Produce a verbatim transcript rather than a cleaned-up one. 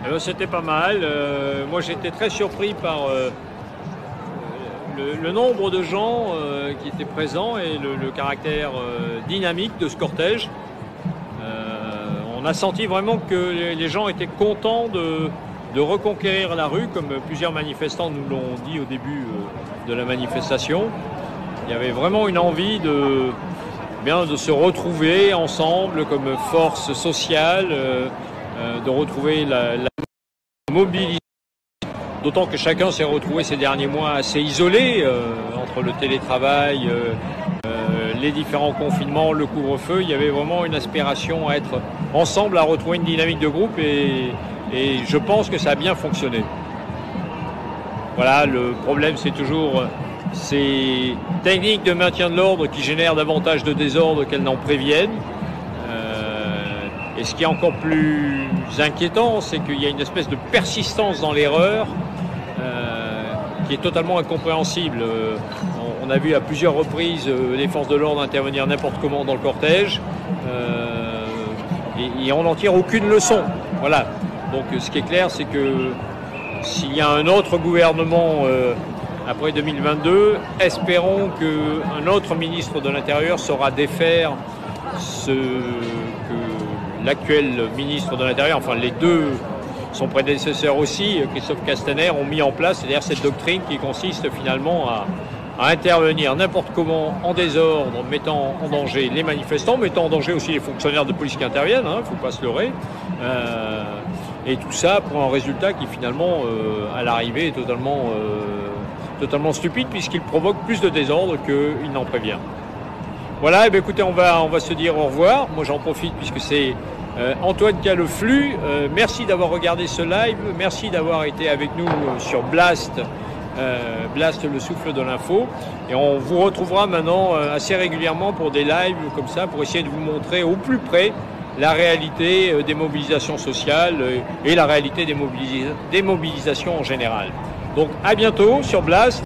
Alors c'était pas mal. Euh, moi j'étais très surpris par euh, le, le nombre de gens euh, qui étaient présents et le, le caractère euh, dynamique de ce cortège. Euh, on a senti vraiment que les, les gens étaient contents de, de reconquérir la rue, comme plusieurs manifestants nous l'ont dit au début euh, de la manifestation. Il y avait vraiment une envie de, bien, de se retrouver ensemble comme force sociale, euh, euh, de retrouver la, la mobilisation. D'autant que chacun s'est retrouvé ces derniers mois assez isolé euh, entre le télétravail, euh, euh, les différents confinements, le couvre-feu. Il y avait vraiment une aspiration à être ensemble, à retrouver une dynamique de groupe et, et je pense que ça a bien fonctionné. Voilà, le problème c'est toujours ces techniques de maintien de l'ordre qui génèrent davantage de désordre qu'elles n'en préviennent. Euh, et ce qui est encore plus inquiétant, c'est qu'il y a une espèce de persistance dans l'erreur euh, qui est totalement incompréhensible. Euh, on, on a vu à plusieurs reprises euh, les forces de l'ordre intervenir n'importe comment dans le cortège euh, et, et on n'en tire aucune leçon. Voilà. Donc ce qui est clair, c'est que s'il y a un autre gouvernement euh, après deux mille vingt-deux, espérons qu'un autre ministre de l'Intérieur saura défaire ce que l'actuel ministre de l'Intérieur, enfin les deux, son prédécesseur aussi, Christophe Castaner, ont mis en place, c'est-à-dire cette doctrine qui consiste finalement à, à intervenir n'importe comment en désordre, mettant en danger les manifestants, mettant en danger aussi les fonctionnaires de police qui interviennent, il hein, ne faut pas se leurrer. Euh, et tout ça pour un résultat qui finalement, euh, à l'arrivée, est totalement... Euh, totalement stupide puisqu'il provoque plus de désordre qu'il n'en prévient. Voilà, et bien écoutez, on va, on va se dire au revoir. Moi j'en profite puisque c'est euh, Antoine qui a le flux. Euh, merci d'avoir regardé ce live, merci d'avoir été avec nous euh, sur Blast, euh, Blast le souffle de l'info. Et on vous retrouvera maintenant euh, assez régulièrement pour des lives comme ça, pour essayer de vous montrer au plus près la réalité euh, des mobilisations sociales euh, et la réalité des, mobilisa- des mobilisations en général. Donc à bientôt sur Blast.